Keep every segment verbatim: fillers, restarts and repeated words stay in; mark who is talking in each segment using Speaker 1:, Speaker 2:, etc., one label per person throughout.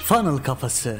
Speaker 1: Funnel Kafası.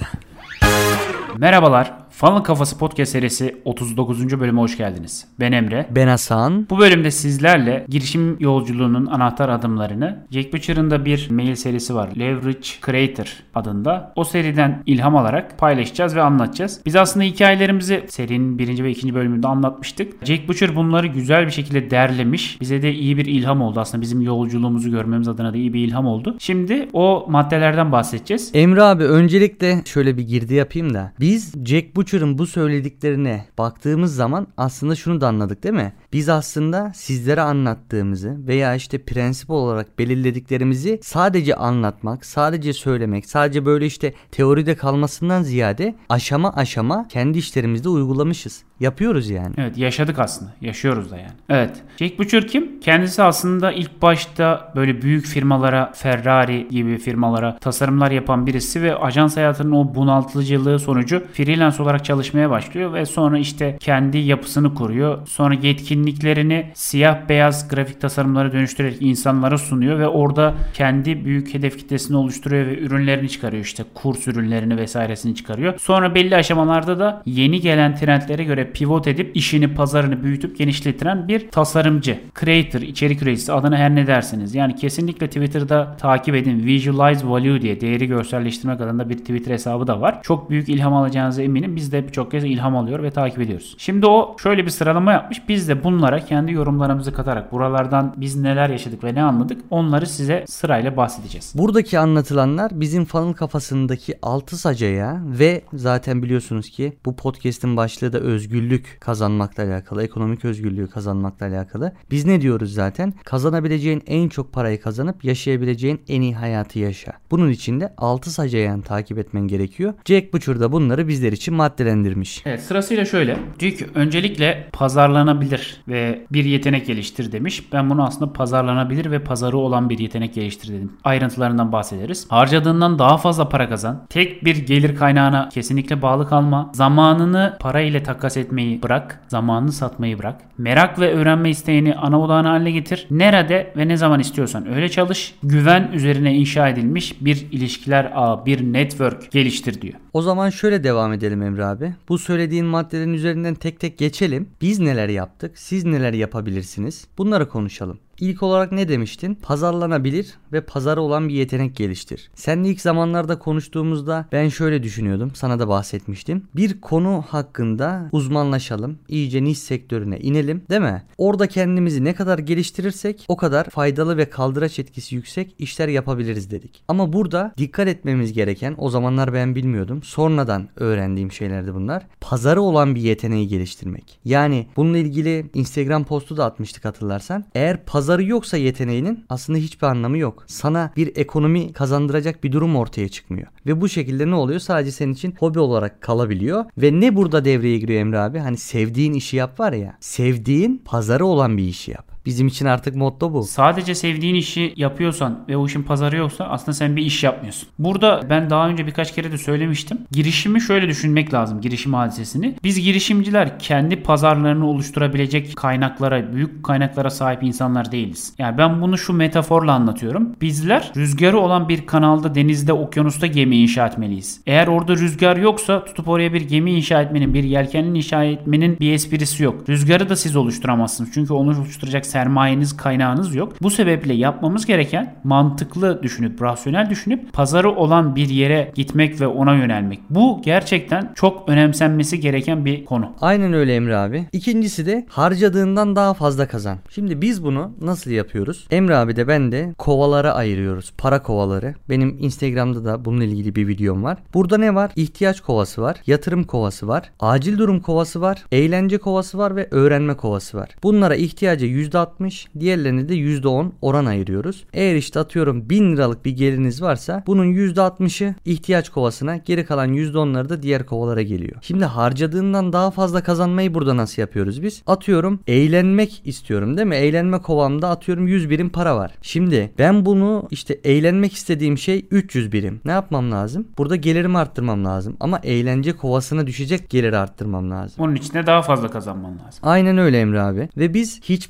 Speaker 2: Merhabalar, Funnel Kafası podcast serisi otuz dokuzuncu bölüme hoş geldiniz. Ben Emre.
Speaker 1: Ben Hasan.
Speaker 2: Bu bölümde sizlerle girişim yolculuğunun anahtar adımlarını, Jack Butcher'ın da bir mail serisi var, Leverage Creator adında. O seriden ilham alarak paylaşacağız ve anlatacağız. Biz aslında hikayelerimizi serinin birinci ve ikinci bölümünde anlatmıştık. Jack Butcher bunları güzel bir şekilde derlemiş. Bize de iyi bir ilham oldu. Aslında bizim yolculuğumuzu görmemiz adına da iyi bir ilham oldu. Şimdi o maddelerden bahsedeceğiz.
Speaker 1: Emre abi, öncelikle şöyle bir girdi yapayım da. Biz Jack Butcher'ın bu söylediklerine baktığımız zaman aslında şunu da anladık, değil mi? Biz aslında sizlere anlattığımızı veya işte prensip olarak belirlediklerimizi sadece anlatmak, sadece söylemek, sadece böyle işte teoride kalmasından ziyade aşama aşama kendi işlerimizde uygulamışız. Yapıyoruz yani.
Speaker 2: Evet, yaşadık aslında. Yaşıyoruz da yani. Evet. Jack Butcher kim? Kendisi aslında ilk başta böyle büyük firmalara, Ferrari gibi firmalara tasarımlar yapan birisi ve ajans hayatının o bunaltıcılığı sonucu freelance olarak çalışmaya başlıyor ve sonra işte kendi yapısını kuruyor. Sonra yetkinliklerini siyah beyaz grafik tasarımlara dönüştürerek insanlara sunuyor ve orada kendi büyük hedef kitlesini oluşturuyor ve ürünlerini çıkarıyor. İşte kurs ürünlerini vesairesini çıkarıyor. Sonra belli aşamalarda da yeni gelen trendlere göre pivot edip işini, pazarını büyütüp genişletiren bir tasarımcı. Creator, içerik üreticisi, adına her ne derseniz. Yani kesinlikle Twitter'da takip edin. Visualize Value diye değeri görselleştirmek adında bir Twitter hesabı da var. Çok büyük ilham alacağınıza eminim. Biz de birçok kez ilham alıyor ve takip ediyoruz. Şimdi o şöyle bir sıralama yapmış. Biz de bunlara kendi yorumlarımızı katarak buralardan biz neler yaşadık ve ne anladık onları size sırayla bahsedeceğiz.
Speaker 1: Buradaki anlatılanlar bizim Funnel Kafasındaki altı sacaya ve zaten biliyorsunuz ki bu podcast'in başlığı da özgürlük kazanmakla alakalı, ekonomik özgürlüğü kazanmakla alakalı. Biz ne diyoruz zaten? Kazanabileceğin en çok parayı kazanıp yaşayabileceğin en iyi hayatı yaşa. Bunun için de altı sacayı takip etmen gerekiyor. Jack Butcher da bunları bizler için maddelendirmiş.
Speaker 2: Evet, sırasıyla şöyle. Çünkü öncelikle pazarlanabilir ve bir yetenek geliştir demiş. Ben bunu aslında pazarlanabilir ve pazarı olan bir yetenek geliştir dedim. Ayrıntılarından bahsederiz. Harcadığından daha fazla para kazan. Tek bir gelir kaynağına kesinlikle bağlı kalma. Zamanını para ile takas etmeyi bırak. Zamanını satmayı bırak. Merak ve öğrenme isteğini ana odağına haline getir. Nerede ve ne zaman istiyorsan öyle çalış. Güven üzerine inşa edilmiş bir ilişkiler ağı, bir network geliştir diyor.
Speaker 1: O zaman şöyle devam edelim Emre abi. Bu söylediğin maddelerin üzerinden tek tek geçelim. Biz neler yaptık? Siz neler yapabilirsiniz? Bunları konuşalım. İlk olarak ne demiştin? Pazarlanabilir ve pazarı olan bir yetenek geliştir. Seninle ilk zamanlarda konuştuğumuzda ben şöyle düşünüyordum. Sana da bahsetmiştim. Bir konu hakkında uzmanlaşalım. İyice niş sektörüne inelim, değil mi? Orada kendimizi ne kadar geliştirirsek o kadar faydalı ve kaldıraç etkisi yüksek işler yapabiliriz dedik. Ama burada dikkat etmemiz gereken, o zamanlar ben bilmiyordum. Sonradan öğrendiğim şeylerdi bunlar. Pazarı olan bir yeteneği geliştirmek. Yani bununla ilgili Instagram postu da atmıştık hatırlarsan. Eğer pazar Pazarı yoksa yeteneğinin aslında hiçbir anlamı yok. Sana bir ekonomi kazandıracak bir durum ortaya çıkmıyor. Ve bu şekilde ne oluyor? Sadece senin için hobi olarak kalabiliyor. Ve ne burada devreye giriyor Emre abi? Hani sevdiğin işi yap var ya. Sevdiğin pazarı olan bir işi yap. Bizim için artık motto bu.
Speaker 2: Sadece sevdiğin işi yapıyorsan ve o işin pazarı yoksa aslında sen bir iş yapmıyorsun. Burada ben daha önce birkaç kere de söylemiştim. Girişimi şöyle düşünmek lazım, girişim hadisesini. Biz girişimciler kendi pazarlarını oluşturabilecek kaynaklara, büyük kaynaklara sahip insanlar değiliz. Yani ben bunu şu metaforla anlatıyorum. Bizler rüzgarı olan bir kanalda, denizde, okyanusta gemi inşa etmeliyiz. Eğer orada rüzgar yoksa tutup oraya bir gemi inşa etmenin, bir yelkenli inşa etmenin bir esprisi yok. Rüzgarı da siz oluşturamazsınız. Çünkü onu oluşturacak sermayeniz, kaynağınız yok. Bu sebeple yapmamız gereken mantıklı düşünüp, rasyonel düşünüp pazarı olan bir yere gitmek ve ona yönelmek. Bu gerçekten çok önemsenmesi gereken bir konu.
Speaker 1: Aynen öyle Emre abi. İkincisi de harcadığından daha fazla kazan. Şimdi biz bunu nasıl yapıyoruz? Emre abi de ben de kovalara ayırıyoruz. Para kovaları. Benim Instagram'da da bununla ilgili bir videom var. Burada ne var? İhtiyaç kovası var. Yatırım kovası var. Acil durum kovası var. Eğlence kovası var ve öğrenme kovası var. Bunlara ihtiyaca yüzde altmış, diğerlerine de yüzde on oran ayırıyoruz. Eğer işte atıyorum bin liralık bir geliriniz varsa bunun yüzde altmışı ihtiyaç kovasına, geri kalan yüzde onları da diğer kovalara geliyor. Şimdi harcadığından daha fazla kazanmayı burada nasıl yapıyoruz biz? Atıyorum eğlenmek istiyorum, değil mi? Eğlenme kovamda atıyorum yüz birim para var. Şimdi ben bunu işte eğlenmek istediğim şey üç yüz birim. Ne yapmam lazım? Burada gelirimi arttırmam lazım. Ama eğlence kovasına düşecek geliri arttırmam lazım.
Speaker 2: Onun için de daha fazla kazanman lazım.
Speaker 1: Aynen öyle Emre abi. Ve biz hiçbir zaman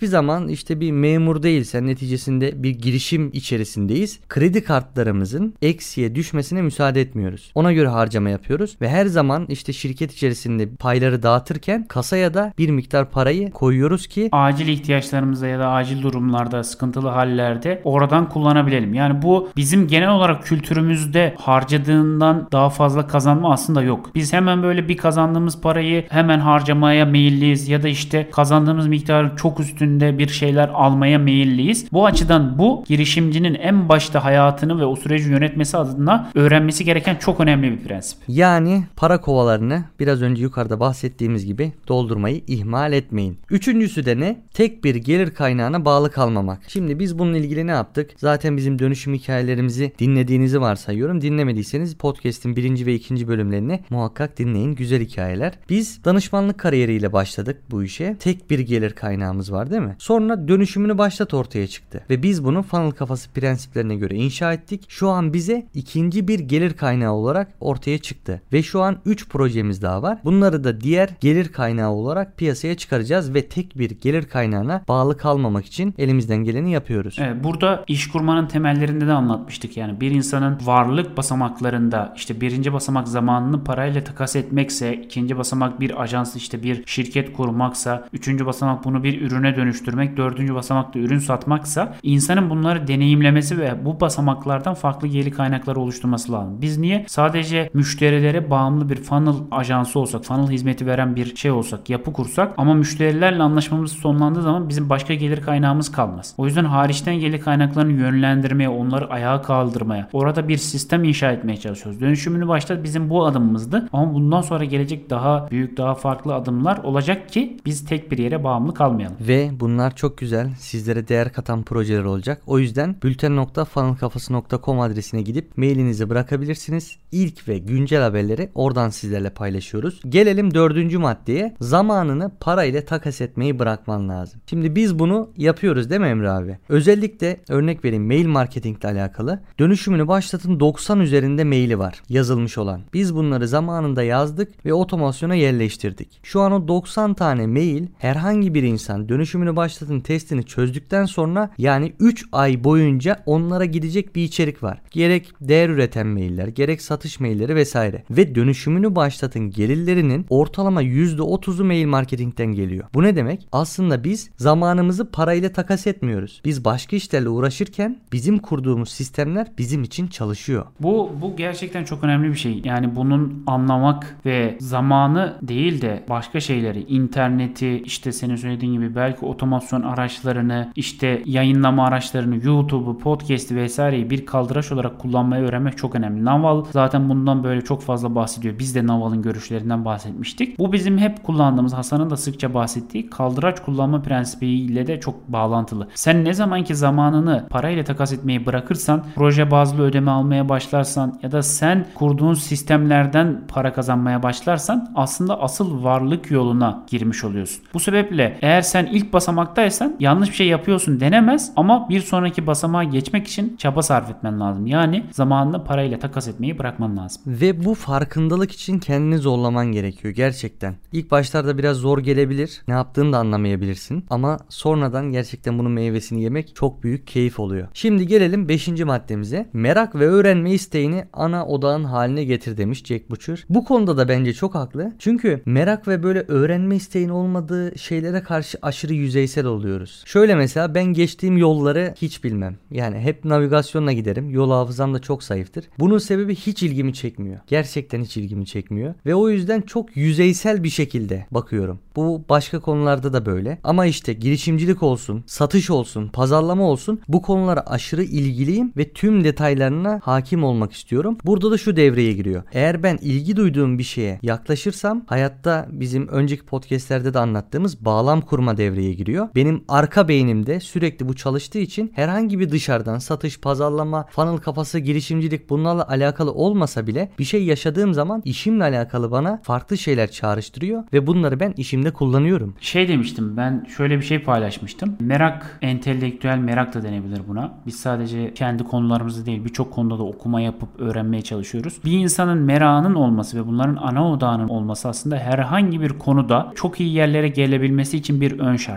Speaker 1: an işte bir memur değilsen neticesinde bir girişim içerisindeyiz. Kredi kartlarımızın eksiye düşmesine müsaade etmiyoruz. Ona göre harcama yapıyoruz ve her zaman işte şirket içerisinde payları dağıtırken kasaya da bir miktar parayı koyuyoruz ki
Speaker 2: acil ihtiyaçlarımızda ya da acil durumlarda, sıkıntılı hallerde oradan kullanabilelim. Yani bu bizim genel olarak kültürümüzde harcadığından daha fazla kazanma aslında yok. Biz hemen böyle bir kazandığımız parayı hemen harcamaya meyilliyiz ya da işte kazandığımız miktarın çok üstünde bir şeyler almaya meyilliyiz. Bu açıdan bu girişimcinin en başta hayatını ve o süreci yönetmesi adına öğrenmesi gereken çok önemli bir prensip.
Speaker 1: Yani para kovalarını biraz önce yukarıda bahsettiğimiz gibi doldurmayı ihmal etmeyin. Üçüncüsü de ne? Tek bir gelir kaynağına bağlı kalmamak. Şimdi biz bununla ilgili ne yaptık? Zaten bizim dönüşüm hikayelerimizi dinlediğinizi varsayıyorum. Dinlemediyseniz podcast'in birinci ve ikinci bölümlerini muhakkak dinleyin. Güzel hikayeler. Biz danışmanlık kariyeriyle başladık bu işe. Tek bir gelir kaynağımız var değil mi? Sonra dönüşümünü başlat ortaya çıktı. Ve biz bunu funnel kafası prensiplerine göre inşa ettik. Şu an bize ikinci bir gelir kaynağı olarak ortaya çıktı. Ve şu an üç projemiz daha var. Bunları da diğer gelir kaynağı olarak piyasaya çıkaracağız ve tek bir gelir kaynağına bağlı kalmamak için elimizden geleni yapıyoruz.
Speaker 2: Evet, burada iş kurmanın temellerinde de anlatmıştık. Yani bir insanın varlık basamaklarında işte birinci basamak zamanını parayla takas etmekse, ikinci basamak bir ajans işte bir şirket kurmaksa, üçüncü basamak bunu bir ürüne dönüştürmek, dördüncü basamak da ürün satmaksa insanın bunları deneyimlemesi ve bu basamaklardan farklı gelir kaynakları oluşturması lazım. Biz niye sadece müşterilere bağımlı bir funnel ajansı olsak, funnel hizmeti veren bir şey olsak, yapı kursak ama müşterilerle anlaşmamız sonlandığı zaman bizim başka gelir kaynağımız kalmaz. O yüzden hariçten gelir kaynaklarını yönlendirmeye, onları ayağa kaldırmaya, orada bir sistem inşa etmeye çalışıyoruz. Dönüşümünü başta bizim bu adımımızdı ama bundan sonra gelecek daha büyük, daha farklı adımlar olacak ki biz tek bir yere bağımlı kalmayalım.
Speaker 1: Ve bunlar çok güzel, sizlere değer katan projeler olacak. O yüzden bülten nokta funnel kafası nokta com adresine gidip mailinizi bırakabilirsiniz. İlk ve güncel haberleri oradan sizlerle paylaşıyoruz. Gelelim dördüncü maddeye. Zamanını parayla takas etmeyi bırakman lazım. Şimdi biz bunu yapıyoruz değil mi Emre abi? Özellikle örnek vereyim, mail marketingle alakalı. Dönüşümünü başlatın doksan üzerinde maili var yazılmış olan. Biz bunları zamanında yazdık ve otomasyona yerleştirdik. Şu an o doksan tane mail herhangi bir insan dönüşümünü başlatın testini çözdükten sonra yani üç ay boyunca onlara gidecek bir içerik var. Gerek değer üreten mailler, gerek satış mailleri vesaire. Ve dönüşümünü başlatın gelirlerinin ortalama yüzde otuzu mail marketingten geliyor. Bu ne demek? Aslında biz zamanımızı parayla takas etmiyoruz. Biz başka işlerle uğraşırken bizim kurduğumuz sistemler bizim için çalışıyor.
Speaker 2: Bu bu gerçekten çok önemli bir şey. Yani bunun anlamak ve zamanı değil de başka şeyleri, interneti, işte senin söylediğin gibi belki otomasyon araçlarını, işte yayınlama araçlarını, YouTube'u, podcast'i vesaireyi bir kaldıraç olarak kullanmayı öğrenmek çok önemli. Naval zaten bundan böyle çok fazla bahsediyor. Biz de Naval'ın görüşlerinden bahsetmiştik. Bu bizim hep kullandığımız, Hasan'ın da sıkça bahsettiği kaldıraç kullanma prensibiyle de çok bağlantılı. Sen ne zamanki zamanını parayla takas etmeyi bırakırsan, proje bazlı ödeme almaya başlarsan ya da sen kurduğun sistemlerden para kazanmaya başlarsan aslında asıl varlık yoluna girmiş oluyorsun. Bu sebeple eğer sen ilk basamaktaysan yanlış bir şey yapıyorsun denemez ama bir sonraki basamağa geçmek için çaba sarf etmen lazım. Yani zamanını parayla takas etmeyi bırakman lazım.
Speaker 1: Ve bu farkındalık için kendini zorlaman gerekiyor gerçekten. İlk başlarda biraz zor gelebilir. Ne yaptığını da anlamayabilirsin. Ama sonradan gerçekten bunun meyvesini yemek çok büyük keyif oluyor. Şimdi gelelim beşinci maddemize. Merak ve öğrenme isteğini ana odağın haline getir demiş Jack Butcher. Bu konuda da bence çok haklı. Çünkü merak ve böyle öğrenme isteğin olmadığı şeylere karşı aşırı yüzeysel oluyoruz. Şöyle mesela ben geçtiğim yolları hiç bilmem. Yani hep navigasyonla giderim. Yol hafızam da çok zayıftır. Bunun sebebi hiç ilgimi çekmiyor. Gerçekten hiç ilgimi çekmiyor. Ve o yüzden çok yüzeysel bir şekilde bakıyorum. Bu başka konularda da böyle. Ama işte girişimcilik olsun, satış olsun, pazarlama olsun, bu konulara aşırı ilgiliyim ve tüm detaylarına hakim olmak istiyorum. Burada da şu devreye giriyor. Eğer ben ilgi duyduğum bir şeye yaklaşırsam hayatta bizim önceki podcastlerde de anlattığımız bağlam kurma devreye giriyor. Benim arka beynimde sürekli bu çalıştığı için herhangi bir dışarıdan satış, pazarlama, funnel kafası, girişimcilik bunlarla alakalı olmasa bile bir şey yaşadığım zaman işimle alakalı bana farklı şeyler çağrıştırıyor ve bunları ben işimde kullanıyorum.
Speaker 2: Şey demiştim, ben şöyle bir şey paylaşmıştım. Merak, entelektüel merak da denebilir buna. Biz sadece kendi konularımızda değil birçok konuda da okuma yapıp öğrenmeye çalışıyoruz. Bir insanın merakının olması ve bunların ana odağının olması aslında herhangi bir konuda çok iyi yerlere gelebilmesi için bir ön şart. Neden?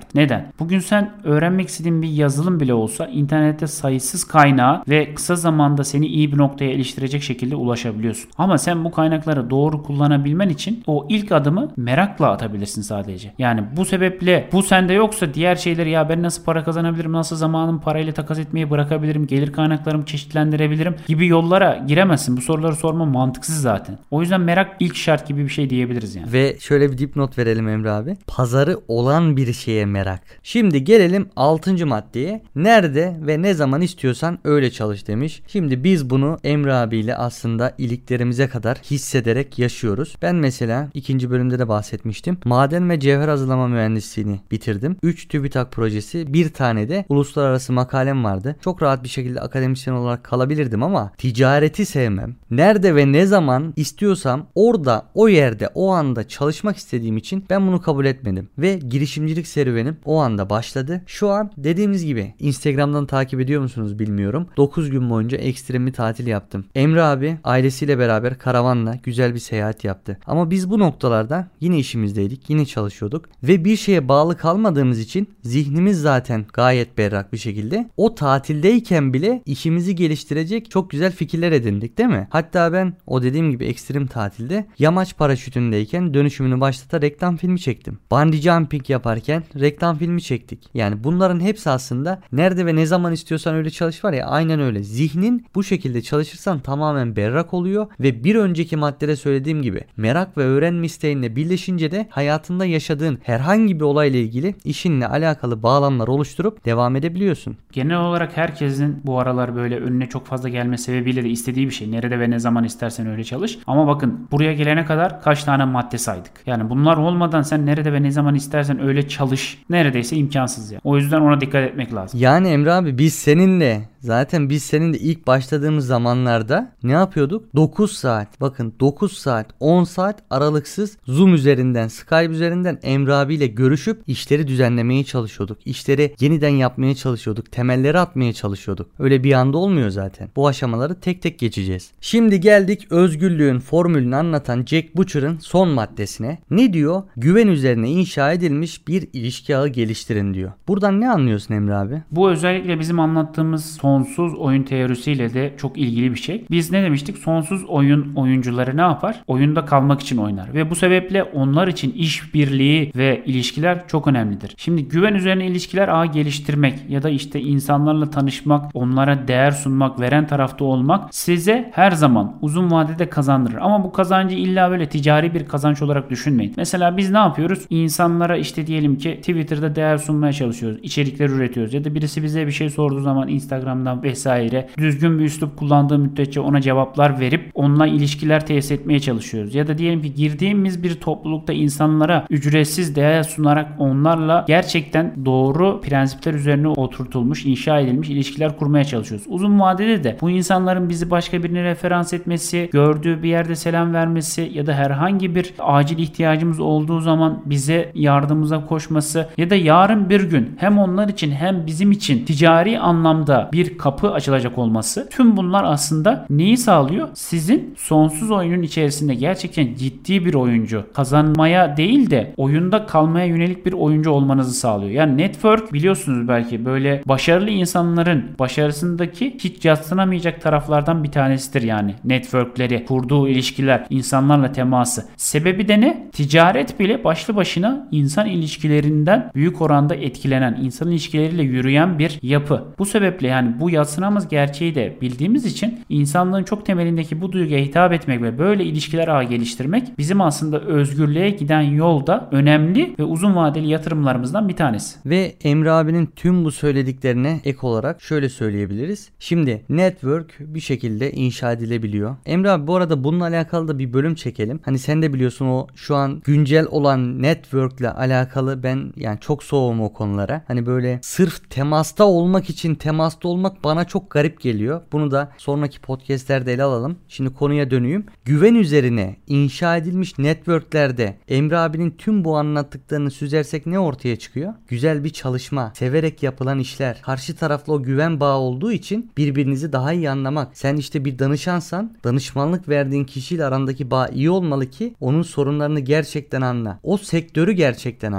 Speaker 2: bugün sen öğrenmek istediğin bir yazılım bile olsa internette sayısız kaynağa ve kısa zamanda seni iyi bir noktaya iliştirecek şekilde ulaşabiliyorsun. Ama sen bu kaynakları doğru kullanabilmen için o ilk adımı merakla atabilirsin sadece. Yani bu sebeple bu sende yoksa diğer şeyleri, ya ben nasıl para kazanabilirim, nasıl zamanımı parayla takas etmeyi bırakabilirim, gelir kaynaklarımı çeşitlendirebilirim gibi yollara giremezsin. Bu soruları sorma mantıksız zaten. O yüzden merak ilk şart gibi bir şey diyebiliriz yani.
Speaker 1: Ve şöyle bir dipnot verelim Emre abi. Pazarı olan bir şeye merak. Şimdi gelelim altıncı maddeye. Nerede ve ne zaman istiyorsan öyle çalış demiş. Şimdi biz bunu Emre abiyle aslında iliklerimize kadar hissederek yaşıyoruz. Ben mesela ikinci bölümde de bahsetmiştim. Maden ve cevher hazırlama mühendisliğini bitirdim. üç TÜBİTAK projesi, bir tane de uluslararası makalem vardı. Çok rahat bir şekilde akademisyen olarak kalabilirdim ama ticareti sevmem. Nerede ve ne zaman istiyorsam orada, o yerde, o anda çalışmak istediğim için ben bunu kabul etmedim. Ve girişimcilik serüvenim o anda başladı. Şu an dediğimiz gibi Instagram'dan takip ediyor musunuz bilmiyorum. dokuz gün boyunca ekstrem bir tatil yaptım. Emre abi ailesiyle beraber karavanla güzel bir seyahat yaptı. Ama biz bu noktalarda yine işimizdeydik, yine çalışıyorduk ve bir şeye bağlı kalmadığımız için zihnimiz zaten gayet berrak bir şekilde o tatildeyken bile işimizi geliştirecek çok güzel fikirler edindik, değil mi? Hatta ben o dediğim gibi ekstrem tatilde yamaç paraşütündeyken dönüşümünü başlatan reklam filmi çektim. Bungee jumping yaparken reklam filmi çektik. Yani bunların hepsi aslında nerede ve ne zaman istiyorsan öyle çalış var ya, aynen öyle. Zihnin bu şekilde çalışırsan tamamen berrak oluyor ve bir önceki maddede söylediğim gibi merak ve öğrenme isteğinle birleşince de hayatında yaşadığın herhangi bir olayla ilgili işinle alakalı bağlamlar oluşturup devam edebiliyorsun.
Speaker 2: Genel olarak herkesin bu aralar böyle önüne çok fazla gelme sebebiyle de istediği bir şey. Nerede ve ne zaman istersen öyle çalış. Ama bakın buraya gelene kadar kaç tane madde saydık. Yani bunlar olmadan sen nerede ve ne zaman istersen öyle çalış neredeyse imkansız ya. O yüzden ona dikkat etmek lazım.
Speaker 1: Yani Emre abi biz seninle zaten biz seninle ilk başladığımız zamanlarda ne yapıyorduk? dokuz saat, bakın dokuz saat, on saat aralıksız Zoom üzerinden, Skype üzerinden Emre abiyle görüşüp işleri düzenlemeye çalışıyorduk. İşleri yeniden yapmaya çalışıyorduk. Temelleri atmaya çalışıyorduk. Öyle bir anda olmuyor zaten. Bu aşamaları tek tek geçeceğiz. Şimdi geldik özgürlüğün formülünü anlatan Jack Butcher'ın son maddesine. Ne diyor? Güven üzerine inşa edilmiş bir ilişki ağı geliştirin diyor. Buradan ne anlıyorsun Emre abi?
Speaker 2: Bu özellikle bizim anlattığımız sonsuz oyun teorisiyle de çok ilgili bir şey. Biz ne demiştik? Sonsuz oyun oyuncuları ne yapar? Oyunda kalmak için oynar. Ve bu sebeple onlar için işbirliği ve ilişkiler çok önemlidir. Şimdi güven üzerine ilişkiler ağı geliştirmek ya da işte insanlarla tanışmak, onlara değer sunmak, veren tarafta olmak size her zaman uzun vadede kazandırır. Ama bu kazancı illa böyle ticari bir kazanç olarak düşünmeyin. Mesela biz ne yapıyoruz? İnsanlara işte diyelim ki Twitter'da değer sunmaya çalışıyoruz. İçerikler üretiyoruz. Ya da birisi bize bir şey sorduğu zaman Instagram'dan vesaire düzgün bir üslup kullandığı müddetçe ona cevaplar verip onunla ilişkiler tesis etmeye çalışıyoruz. Ya da diyelim ki girdiğimiz bir toplulukta insanlara ücretsiz değer sunarak onlarla gerçekten doğru prensipler üzerine oturtulmuş, inşa edilmiş ilişkiler kurmaya çalışıyoruz. Uzun vadede de bu insanların bizi başka birine referans etmesi, gördüğü bir yerde selam vermesi ya da herhangi bir acil ihtiyacımız olduğu zaman bize yardımımıza koşması ya da yarın bir gün hem onlar için hem bizim için ticari anlamda bir kapı açılacak olması, tüm bunlar aslında neyi sağlıyor? Sizin sonsuz oyunun içerisinde gerçekten ciddi bir oyuncu, kazanmaya değil de oyunda kalmaya yönelik bir oyuncu olmanızı sağlıyor. Yani network biliyorsunuz belki böyle başarılı insanların başarısındaki hiç yadsınamayacak taraflardan bir tanesidir yani. Networkleri, kurduğu ilişkiler, insanlarla teması. Sebebi de ne? Ticaret bile başlı başına insan ilişkilerinden büyük oranda etkilenen, insan ilişkileriyle yürüyen bir yapı. Bu sebeple yani bu yadsınamaz gerçeği de bildiğimiz için insanlığın çok temelindeki bu duyguya hitap etmek ve böyle ilişkiler ağı geliştirmek bizim aslında özgürlüğe giden yolda önemli ve uzun vadeli yatırımlarımızdan bir tanesi.
Speaker 1: Ve Emre abinin tüm bu söylediklerine ek olarak şöyle söyleyebiliriz. Şimdi network bir şekilde inşa edilebiliyor. Emre abi bu arada bununla alakalı da bir bölüm çekelim. Hani sen de biliyorsun o şu an güncel olan network ile alakalı ben yani çok soğum o konulara. Hani böyle sırf temasta olmak için temasta olmak bana çok garip geliyor. Bunu da sonraki podcastlerde ele alalım. Şimdi konuya döneyim. Güven üzerine inşa edilmiş networklerde Emre abinin tüm bu anlattıklarını süzersek ne ortaya çıkıyor? Güzel bir çalışma, severek yapılan işler, karşı tarafla o güven bağı olduğu için birbirinizi daha iyi anlamak. Sen işte bir danışansan danışmanlık verdiğin kişiyle arandaki bağ iyi olmalı ki onun sorunlarını gerçekten anla. O sektörü gerçekten anla.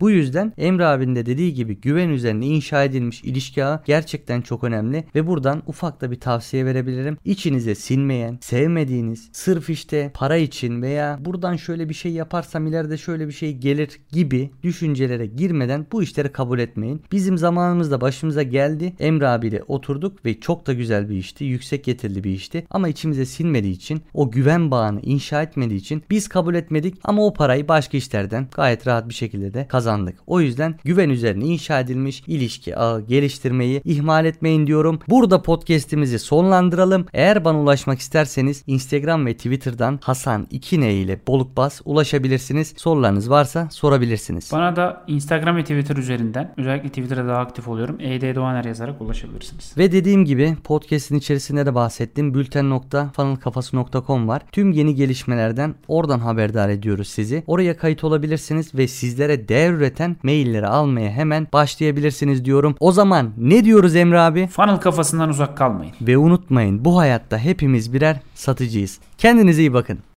Speaker 1: Bu yüzden Emre abinin de dediği gibi güven üzerine inşa edilmiş ilişki ağı gerçekten çok önemli ve buradan ufak da bir tavsiye verebilirim. İçinize sinmeyen, sevmediğiniz, sırf işte para için veya buradan şöyle bir şey yaparsam ileride şöyle bir şey gelir gibi düşüncelere girmeden bu işleri kabul etmeyin. Bizim zamanımızda başımıza geldi. Emre abiyle oturduk ve çok da güzel bir işti. Yüksek getirili bir işti. Ama içimize sinmediği için, o güven bağını inşa etmediği için biz kabul etmedik ama o parayı başka işlerden gayet rahat bir şekilde de kazandık. O yüzden güven üzerine inşa edilmiş ilişki ağı geliştirmeyi ihmal etmeyin diyorum. Burada podcast'imizi sonlandıralım. Eğer bana ulaşmak isterseniz Instagram ve Twitter'dan Hasan iki N ile Bolukbaz ulaşabilirsiniz. Sorularınız varsa sorabilirsiniz.
Speaker 2: Bana da Instagram ve Twitter üzerinden, özellikle Twitter'da daha aktif oluyorum, E D Doğaner yazarak ulaşabilirsiniz.
Speaker 1: Ve dediğim gibi podcast'in içerisinde de bahsettim. bülten nokta funnel kafası nokta com var. Tüm yeni gelişmelerden oradan haberdar ediyoruz sizi. Oraya kayıt olabilirsiniz ve sizlere değer üreten mailleri almaya hemen başlayabilirsiniz diyorum. O zaman ne diyoruz Emre abi?
Speaker 2: Funnel kafasından uzak kalmayın.
Speaker 1: Ve unutmayın, bu hayatta hepimiz birer satıcıyız. Kendinize iyi bakın.